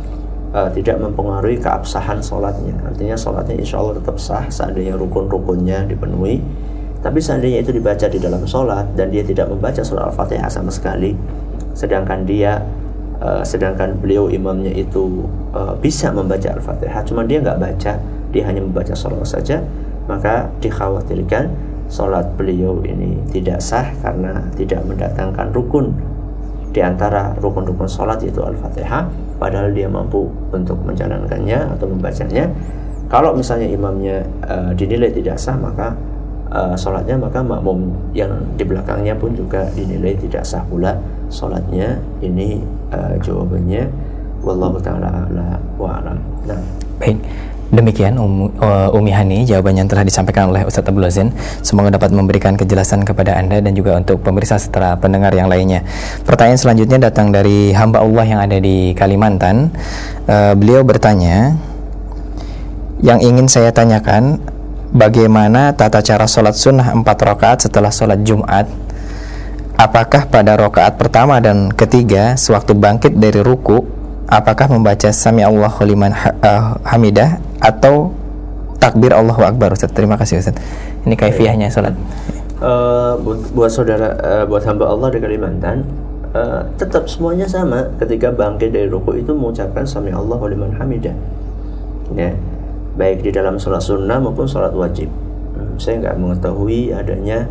tidak mempengaruhi keabsahan sholatnya. Artinya sholatnya insya Allah tetap sah seandainya rukun-rukunnya dipenuhi. Tapi seandainya itu dibaca di dalam sholat dan dia tidak membaca surah Al-Fatihah sama sekali, sedangkan beliau imamnya itu bisa membaca Al-Fatihah, cuma dia nggak baca, dia hanya membaca sholat saja, maka dikhawatirkan sholat beliau ini tidak sah karena tidak mendatangkan rukun di antara rukun-rukun sholat, yaitu Al-Fatihah, padahal dia mampu untuk menjalankannya atau membacanya. Kalau misalnya imamnya dinilai tidak sah, maka sholatnya, maka makmum yang di belakangnya pun juga dinilai tidak sah pula sholatnya. Ini jawabannya, wallahu ta'ala a'la wa a'lam. Nah, baik. Demikian Umi Hani jawabannya yang telah disampaikan oleh Ustadz Abdul Azin. Semoga dapat memberikan kejelasan kepada Anda dan juga untuk pemirsa serta pendengar yang lainnya. Pertanyaan selanjutnya datang dari hamba Allah yang ada di Kalimantan. Beliau bertanya, yang ingin saya tanyakan, bagaimana tata cara sholat sunnah 4 rakaat setelah sholat Jumat? Apakah pada rakaat pertama dan ketiga sewaktu bangkit dari ruku, apakah membaca Sami Allahu liman hamidah atau takbir Allahu Akbar? Ustaz, terima kasih Ustaz. Ini kaifiyahnya sholat. Buat saudara, buat hamba Allah di Kalimantan, tetap semuanya sama. Ketika bangkit dari ruku itu mengucapkan Sami Allahu liman hamidah, ya, baik di dalam sholat sunnah maupun sholat wajib. Saya nggak mengetahui adanya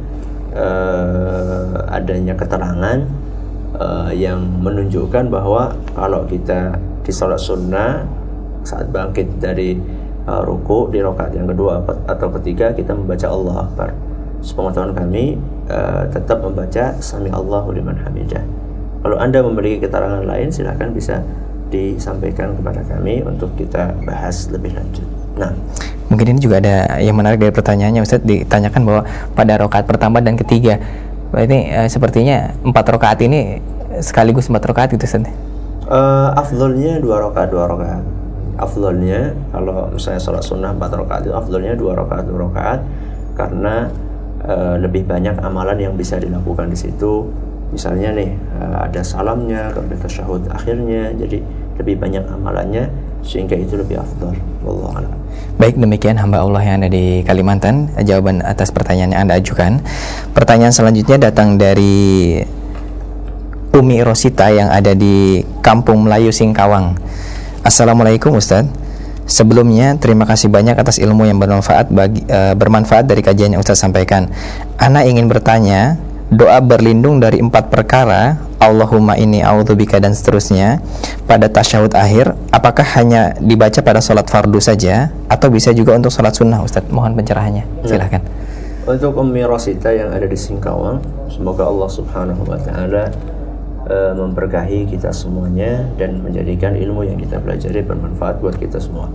keterangan yang menunjukkan bahwa kalau kita di sholat sunnah saat bangkit dari ruku di rakaat yang kedua atau ketiga kita membaca Allah Akbar. Sepengetahuan kami tetap membaca Sami Allahu liman hamidah. Kalau Anda memiliki keterangan lain, silakan bisa disampaikan kepada kami untuk kita bahas lebih lanjut. Nah, mungkin ini juga ada yang menarik dari pertanyaannya Ustaz, ditanyakan bahwa pada rakaat pertama dan ketiga, ini sepertinya 4 rakaat ini sekaligus 4 rakaat gitu Ustaz. Afdolnya 2 rakaat. Afdolnya kalau misalnya sholat sunnah 4 rakaat itu afdolnya 2 rakaat karena lebih banyak amalan yang bisa dilakukan di situ. Misalnya nih ada salamnya, ada tasyahud akhirnya, jadi lebih banyak amalannya sehingga itu lebih afdol. Wallahu a'lam. Baik, demikian hamba Allah yang ada di Kalimantan jawaban atas pertanyaan yang Anda ajukan. Pertanyaan selanjutnya datang dari Umi Rosita yang ada di Kampung Melayu Singkawang. Assalamualaikum Ustaz. Sebelumnya terima kasih banyak atas ilmu yang bermanfaat dari kajian yang Ustaz sampaikan. Ana ingin bertanya, doa berlindung dari 4 perkara, Allahumma inni a'udzubika dan seterusnya, pada tasyahud akhir, apakah hanya dibaca pada sholat fardu saja atau bisa juga untuk sholat sunnah Ustaz? Mohon pencerahannya, silahkan. Untuk Ummi Rosita yang ada di Singkawang, semoga Allah subhanahu wa ta'ala memberkahi kita semuanya dan menjadikan ilmu yang kita pelajari bermanfaat buat kita semua.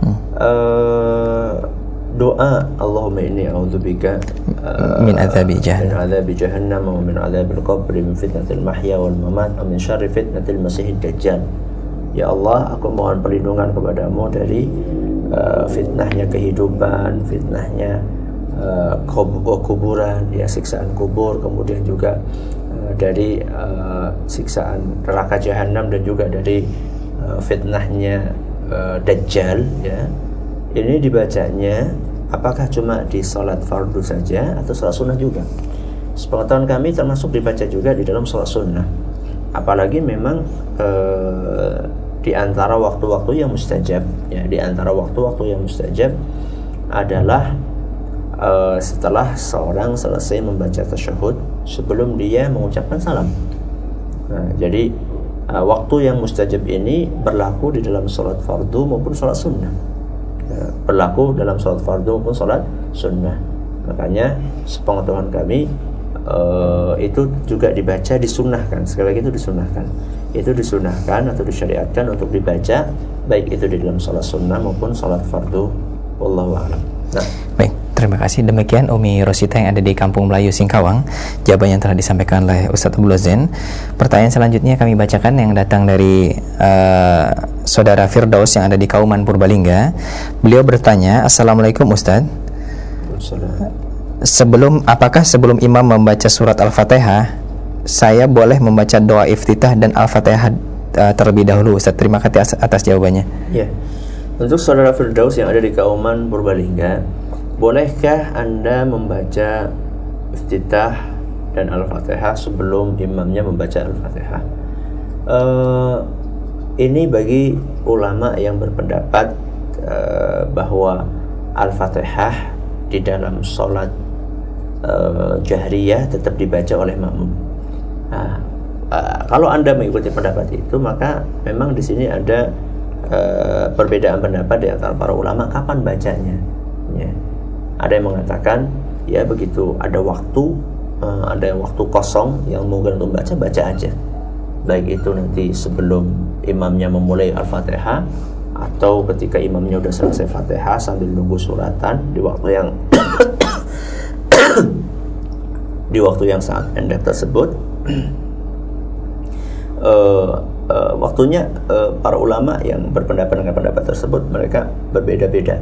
Doa Allahumma inni a'udzubika min adzabi jahannam wa min adzabil qabri min fitnatil mahya wal mamat wa min syarri fitnatil masiihid dajjal. Ya Allah, aku mohon perlindungan kepadamu dari fitnahnya kehidupan, fitnahnya kuburan, ya, siksaan kubur, kemudian juga dari siksaan neraka jahanam dan juga dari fitnahnya dajjal, ya. Ini dibacanya apakah cuma di sholat fardu saja atau sholat sunnah juga? Sepengetahuan kami termasuk dibaca juga di dalam sholat sunnah. Apalagi memang di antara waktu-waktu yang mustajab, ya, di antara waktu-waktu yang mustajab adalah setelah seorang selesai membaca tasyahud sebelum dia mengucapkan salam. Nah, jadi waktu yang mustajab ini berlaku di dalam sholat fardu maupun sholat sunnah. Berlaku dalam sholat fardu maupun sholat sunnah. Makanya sepengetahuan kami itu juga dibaca, disunnahkan. Sekali lagi itu disunnahkan. Itu disunnahkan atau disyariatkan untuk dibaca baik itu di dalam sholat sunnah maupun sholat fardu. Wallahu a'lam. Nah, baik. Terima kasih. Demikian Umi Rosita yang ada di Kampung Melayu Singkawang, jawaban yang telah disampaikan oleh Ustadz Abdul Azin. Pertanyaan selanjutnya kami bacakan yang datang dari Saudara Firdaus yang ada di Kauman Purbalingga. Beliau bertanya, Assalamualaikum Ustadz. Apakah sebelum imam membaca surat Al-Fatihah, saya boleh membaca doa iftitah dan Al-Fatihah terlebih dahulu Ustaz. Terima kasih atas jawabannya. Ya. Untuk saudara Firdaus yang ada di Kauman Purbalingga, bolehkah Anda membaca iftitah dan Al-Fatihah sebelum imamnya membaca Al-Fatihah? Ini bagi ulama yang berpendapat bahwa Al-Fatihah di dalam sholat jahriyah tetap dibaca oleh makmum. Kalau Anda mengikuti pendapat itu, maka memang di sini ada perbedaan pendapat di antara para ulama kapan bacanya. Ya. Ada yang mengatakan ya begitu ada waktu kosong yang mungkin untuk baca aja. Baik itu nanti sebelum imamnya memulai Al-Fatihah atau ketika imamnya sudah selesai Fatihah sambil nunggu suratan di waktu yang sangat pendek tersebut. Waktunya para ulama yang berpendapat dengan pendapat tersebut mereka berbeda-beda.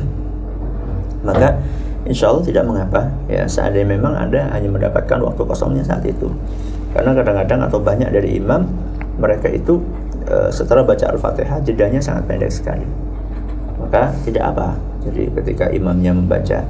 Maka insya Allah tidak mengapa ya, seandainya memang Anda hanya mendapatkan waktu kosongnya saat itu. Karena kadang-kadang atau banyak dari imam mereka itu setelah baca Al-Fatihah jedanya sangat pendek sekali. Maka tidak apa. Jadi ketika imamnya membaca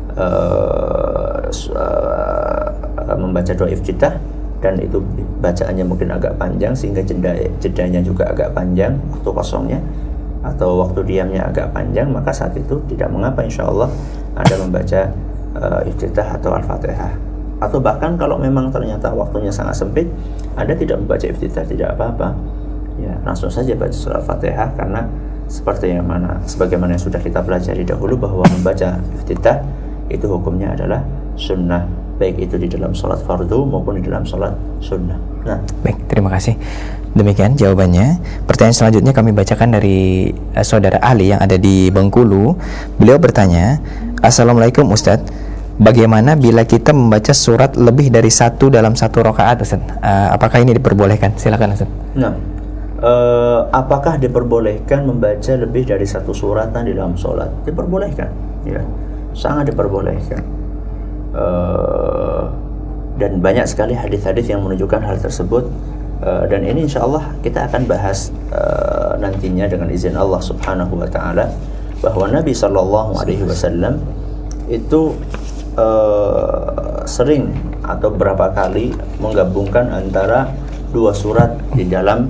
doa iftitah dan itu bacaannya mungkin agak panjang sehingga jedanya juga agak panjang, waktu kosongnya atau waktu diamnya agak panjang, maka saat itu tidak mengapa insyaallah Anda membaca iftitah atau Al-Fatihah. Atau bahkan kalau memang ternyata waktunya sangat sempit, Anda tidak membaca iftitah, tidak apa-apa. Ya, langsung saja baca surah Al-Fatihah, karena sebagaimana yang sudah kita pelajari dahulu bahwa membaca iftitah itu hukumnya adalah sunnah, baik itu di dalam sholat fardu maupun di dalam sholat sunnah. Nah, baik, terima kasih. Demikian jawabannya. Pertanyaan selanjutnya kami bacakan dari saudara Ali yang ada di Bengkulu. Beliau bertanya, Assalamualaikum Ustadz, bagaimana bila kita membaca surat lebih dari satu dalam satu rakaat, Ustadz? Apakah ini diperbolehkan? Silakan Ustadz. Nah, apakah diperbolehkan membaca lebih dari satu suratan di dalam sholat? Diperbolehkan, ya, sangat diperbolehkan. Dan banyak sekali hadis-hadis yang menunjukkan hal tersebut. Dan ini insya Allah kita akan bahas nantinya dengan izin Allah Subhanahu wa Ta'ala, bahwa Nabi Sallallahu Alaihi Wasallam itu sering atau berapa kali menggabungkan antara dua surat di dalam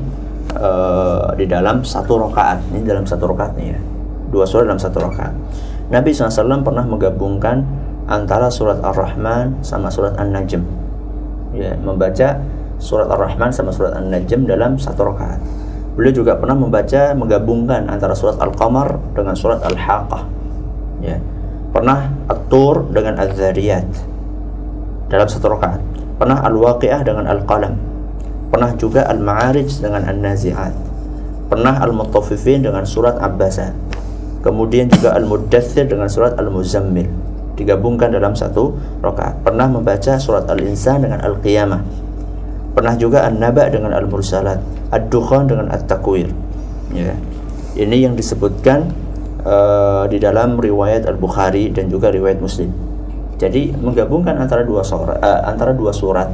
satu rakaat. Ini dalam satu rakaat nih ya, dua surat dalam satu rakaat. Nabi SAW pernah menggabungkan antara surat Ar-Rahman sama surat An-Najm, ya, membaca surat Ar-Rahman sama surat An-Najm dalam satu rakaat. Beliau juga pernah menggabungkan antara surat Al-Qamar dengan surat Al-Haqqah, ya. Pernah At-Tur dengan Az-Zariyat dalam satu rakaat. Pernah Al-Waqi'ah dengan Al-Qalam. Pernah juga Al-Ma'arij dengan An-Nazi'at. Pernah Al-Mutaffifin dengan surat Abbasa. Kemudian juga Al-Muddathir dengan surat Al-Muzammil, digabungkan dalam satu rakaat. Pernah membaca surat Al-Insan dengan Al-Qiyamah. Pernah juga An-Naba dengan Al-Mursalat, Ad-Dukhan dengan At-Takwir, ya. Ini yang disebutkan di dalam riwayat Al-Bukhari dan juga riwayat Muslim. Jadi menggabungkan antara dua surat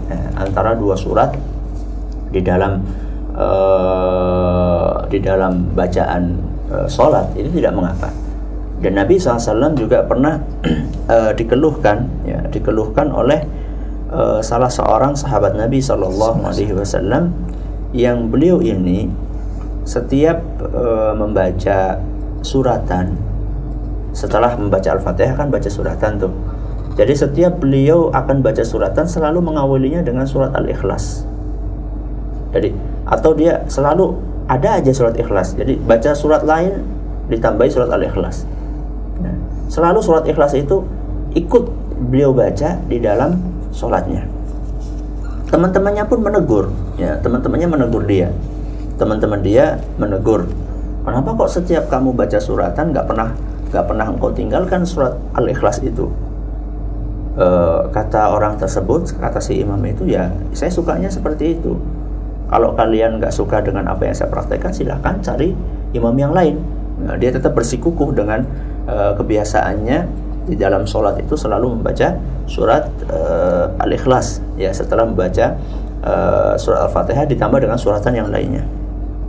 di dalam bacaan sholat ini tidak mengapa. Dan Nabi SAW juga pernah dikeluhkan oleh salah seorang sahabat Nabi SAW yang beliau ini setiap membaca suratan, setelah membaca Al-Fatihah kan baca suratan tuh. Jadi setiap beliau akan baca suratan selalu mengawalinya dengan surat Al-Ikhlas. Jadi atau dia selalu ada aja surat Ikhlas. Jadi baca surat lain ditambahi surat Al-Ikhlas. Nah, selalu surat Ikhlas itu ikut beliau baca di dalam sholatnya. Teman-temannya pun menegur, ya, teman-temannya menegur dia. Teman-teman dia menegur, kenapa kok setiap kamu baca suratan nggak pernah engkau tinggalkan surat Al-Ikhlas itu? Kata orang tersebut, kata si imam itu, ya saya sukanya seperti itu. Kalau kalian nggak suka dengan apa yang saya praktekkan, silahkan cari imam yang lain. Nah, dia tetap bersikukuh dengan kebiasaannya di dalam sholat itu selalu membaca surat Al-Ikhlas, ya, setelah membaca surat Al-Fatihah ditambah dengan suratan yang lainnya.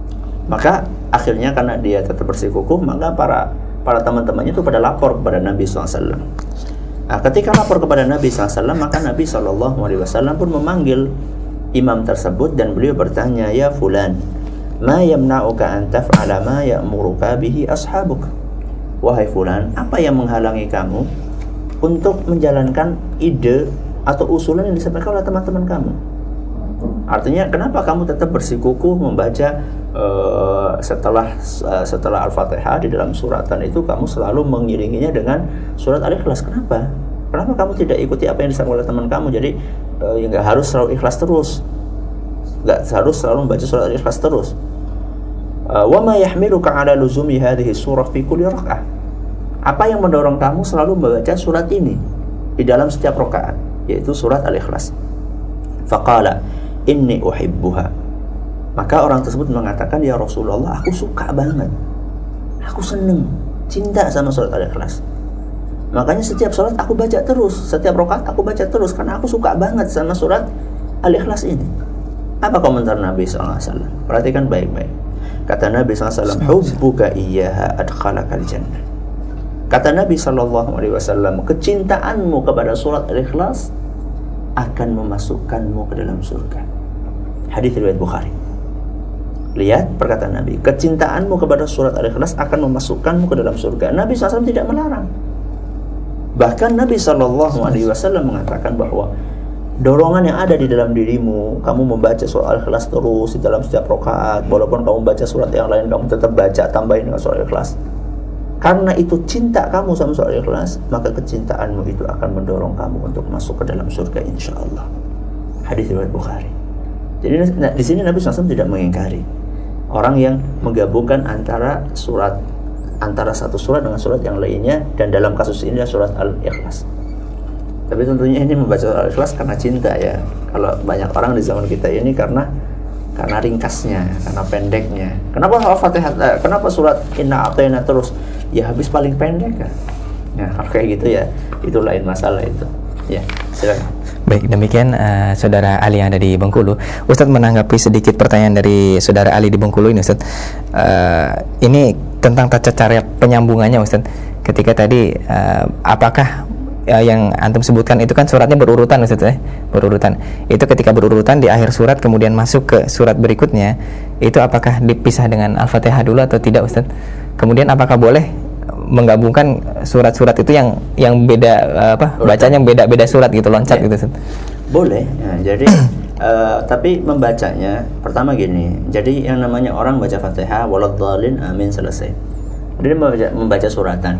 Maka akhirnya karena dia tetap bersikukuh, maka para teman-temannya itu pada lapor kepada Nabi SAW. Nah, ketika lapor kepada Nabi SAW, maka Nabi SAW pun memanggil imam tersebut dan beliau bertanya, ya fulan, ma yamna'uka an taf'ala ma ya'muruka bihi ashabuk. Wahai fulan, apa yang menghalangi kamu untuk menjalankan ide atau usulan yang disampaikan oleh teman-teman kamu? Artinya kenapa kamu tetap bersikukuh membaca setelah Al-Fatihah di dalam suratan itu kamu selalu mengiringinya dengan surat Al-Ikhlas? Kenapa kamu tidak ikuti apa yang disampaikan oleh teman kamu? Jadi nggak harus selalu ikhlas terus, nggak harus selalu membaca surat Al-Ikhlas terus. Wa ma yahmiluka ala luzumi hadhihi surah fi kulli raka'ah. Apa yang mendorong kamu selalu membaca surat ini di dalam setiap rakaat, yaitu surat Al-Ikhlas? Faqala inni uhibbuha. Maka orang tersebut mengatakan, ya Rasulullah, aku suka banget, aku seneng, cinta sama surat Al-Ikhlas. Makanya setiap sholat aku baca terus, setiap rakaat aku baca terus, karena aku suka banget sama surat Al-Ikhlas ini. Apa komentar Nabi SAW? Perhatikan baik-baik. Kata Nabi SAW, hubbuka iyyaha adkhalakal jannah. Kata Nabi SAW, kecintaanmu kepada surat Al-Ikhlas akan memasukkanmu ke dalam surga. Hadis riwayat Bukhari. Lihat perkataan Nabi, kecintaanmu kepada surat Al-Ikhlas akan memasukkanmu ke dalam surga. Nabi SAW tidak melarang. Bahkan Nabi SAW mengatakan bahwa dorongan yang ada di dalam dirimu, kamu membaca surat Al-Ikhlas terus di dalam setiap rakaat, walaupun kamu baca surat yang lain, kamu tetap baca, tambahin dengan surat Al-Ikhlas. Karena itu cinta kamu sama surat Al-Ikhlas, maka kecintaanmu itu akan mendorong kamu untuk masuk ke dalam surga, insya Allah. Hadis riwayat Bukhari. Jadi di sini Nabi SAW tidak mengingkari orang yang menggabungkan antara satu surat dengan surat yang lainnya, dan dalam kasus ini adalah surat Al-Ikhlas. Tapi tentunya ini membaca surat Al-Ikhlas karena cinta ya. Kalau banyak orang di zaman kita ini karena ringkasnya, karena pendeknya. Kenapa Al-Fatihah? Kenapa surat Inna A'tayna terus? Ya habis paling pendek kan. Nah, kayak gitu ya. Itu lain masalah itu. Ya, silakan. Baik, demikian Saudara Ali yang ada di Bengkulu. Ustadz menanggapi sedikit pertanyaan dari Saudara Ali di Bengkulu ini, Ustadz. Ini tentang tata cara penyambungannya, Ustadz. Ketika tadi apakah yang antum sebutkan itu kan suratnya berurutan, Ustadz ya? Berurutan. Itu ketika berurutan di akhir surat kemudian masuk ke surat berikutnya, itu apakah dipisah dengan Al-Fatihah dulu atau tidak, Ustadz? Kemudian apakah boleh menggabungkan surat-surat itu yang beda bacanya yang beda surat gitu, loncat ya, gitu. Boleh. Nah, jadi tapi membacanya pertama gini. Jadi yang namanya orang baca Fatihah waladhdallin amin selesai. Dia membaca suratan.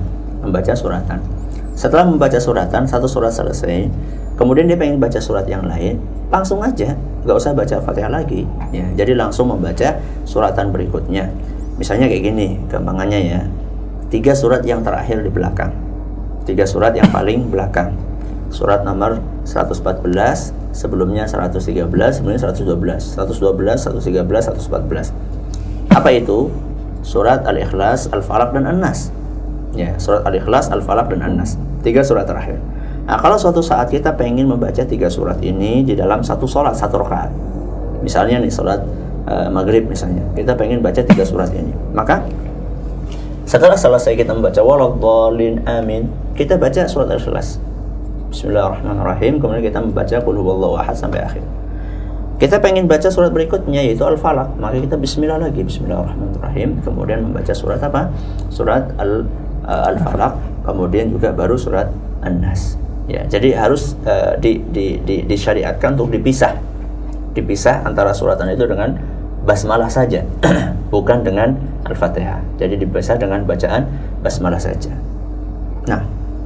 Setelah membaca suratan, satu surat selesai, kemudian dia pengen baca surat yang lain, langsung aja, nggak usah baca Fatihah lagi ya. Jadi langsung membaca suratan berikutnya. Misalnya kayak gini gampangannya ya. 3 surat yang terakhir di belakang, 3 surat yang paling belakang. Surat nomor 114, sebelumnya 113, sebelumnya 112, 113, 114. Apa itu? Surat Al-Ikhlas, Al-Falaq, dan An-Nas. Ya, surat Al-Ikhlas, Al-Falaq, dan An-Nas. 3 surat terakhir. Nah, kalau suatu saat kita pengen membaca 3 surat ini di dalam satu sholat, satu rakaat. Misalnya nih, sholat maghrib misalnya, kita pengen baca 3 surat ini. Maka setelah selesai kita membaca waladhdallin amin, kita baca surat Al-Ikhlas, Bismillahirrahmanirrahim, kemudian kita membaca Qul huwallahu ahad sampai akhir. Kita pengen baca surat berikutnya yaitu Al-Falaq, maka kita bismillah lagi, Bismillahirrahmanirrahim, kemudian membaca surat apa? Surat Al-Falaq, kemudian juga baru surat An-Nas. Ya, jadi harus disyariatkan untuk dipisah antara suratan itu dengan basmalah saja, bukan dengan Al-Fatihah. Jadi dipisah dengan bacaan basmalah saja. Nah,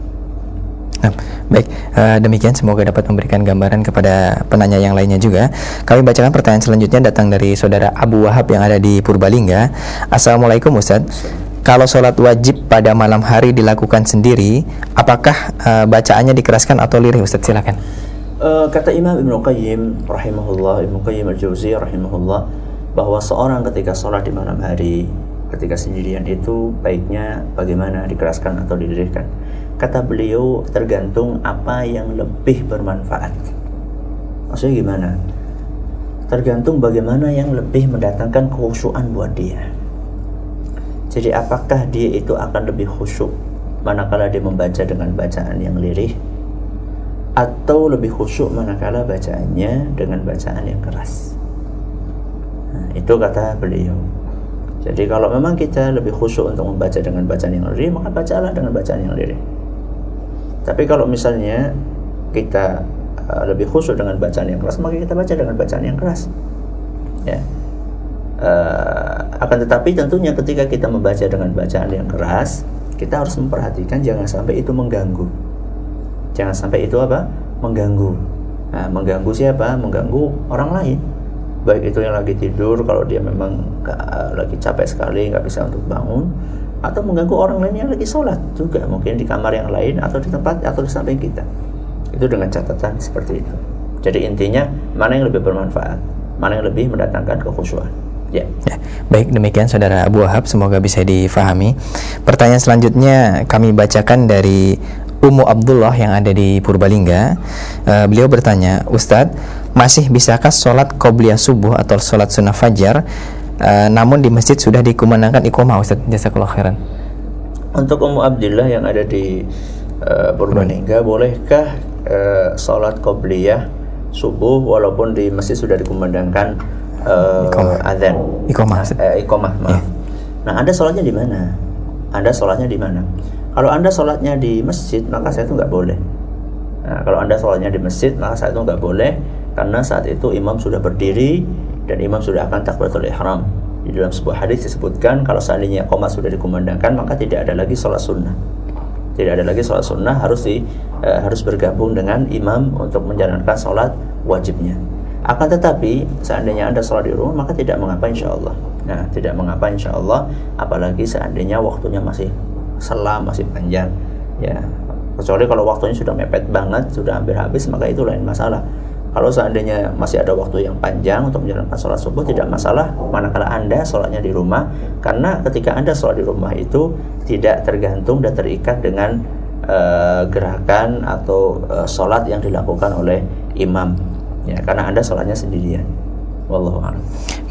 baik, demikian semoga dapat memberikan gambaran kepada penanya yang lainnya juga. Kami bacakan pertanyaan selanjutnya datang dari Saudara Abu Wahab yang ada di Purbalingga. Assalamualaikum Ustaz. Kalau sholat wajib pada malam hari dilakukan sendiri, apakah bacaannya dikeraskan atau lirih, Ustaz? Silakan. Kata Imam Ibnu Qayyim rahimahullah, Ibnu Qayyim al-Jauziyah rahimahullah, bahwa seorang ketika sholat di malam hari, ketika sendirian itu baiknya bagaimana, dikeraskan atau dilirihkan. Kata beliau, tergantung apa yang lebih bermanfaat. Maksudnya gimana? tergantung bagaimana yang lebih mendatangkan kekhusyuan buat dia. Jadi apakah dia itu akan lebih khusyuk manakala dia membaca dengan bacaan yang lirih, atau lebih khusyuk manakala bacaannya dengan bacaan yang keras. Nah, itu kata beliau. Jadi kalau memang kita lebih khusyuk untuk membaca dengan bacaan yang lirih, maka bacalah dengan bacaan yang lirih. Tapi kalau misalnya kita lebih khusyuk dengan bacaan yang keras, maka kita baca dengan bacaan yang keras. Ya. Akan tetapi tentunya ketika kita membaca dengan bacaan yang keras, kita harus memperhatikan jangan sampai itu mengganggu. Jangan sampai itu apa? Mengganggu. Nah, mengganggu siapa? Mengganggu orang lain. Baik itu yang lagi tidur, kalau dia memang lagi capek sekali, nggak bisa untuk bangun, atau mengganggu orang lain yang lagi sholat juga, mungkin di kamar yang lain atau di tempat atau di samping kita. Itu dengan catatan seperti itu. Jadi intinya mana yang lebih bermanfaat, mana yang lebih mendatangkan kekhusyuan. Ya. Baik, demikian saudara Abu Wahab, semoga bisa difahami. Pertanyaan selanjutnya kami bacakan dari Ummu Abdullah yang ada di Purbalingga. Beliau bertanya, Ustadz, masih bisakah sholat qobliyah subuh atau sholat sunnah fajar namun di masjid sudah dikumandangkan iqamah, Ustadz? Jazakallahu khairan. Untuk Ummu Abdullah yang ada di Purbalingga, bolehkah sholat qobliyah subuh walaupun di masjid sudah dikumandangkan azan? Iqamah. Maaf. Nah, Anda sholatnya di mana? Kalau Anda sholatnya di masjid, maka saya itu nggak boleh. Nah, kalau Anda sholatnya di masjid, maka saya itu nggak boleh, karena saat itu imam sudah berdiri dan imam sudah akan takbiratul ihram. Di dalam sebuah hadis disebutkan kalau seandainya qomat sudah dikumandangkan, maka tidak ada lagi sholat sunnah. Harus bergabung dengan imam untuk menjalankan sholat wajibnya. Akan tetapi seandainya Anda sholat di rumah, maka tidak mengapa insyaallah. Nah, tidak mengapa insyaallah, apalagi seandainya waktunya masih masih panjang, ya. Kecuali kalau waktunya sudah mepet banget, sudah hampir habis, maka itu lain masalah. Kalau seandainya masih ada waktu yang panjang untuk menjalankan sholat subuh, tidak masalah manakala Anda sholatnya di rumah, karena ketika Anda sholat di rumah itu tidak tergantung dan terikat dengan gerakan atau sholat yang dilakukan oleh imam, ya, karena Anda sholatnya sendirian. Wallahu a'lam.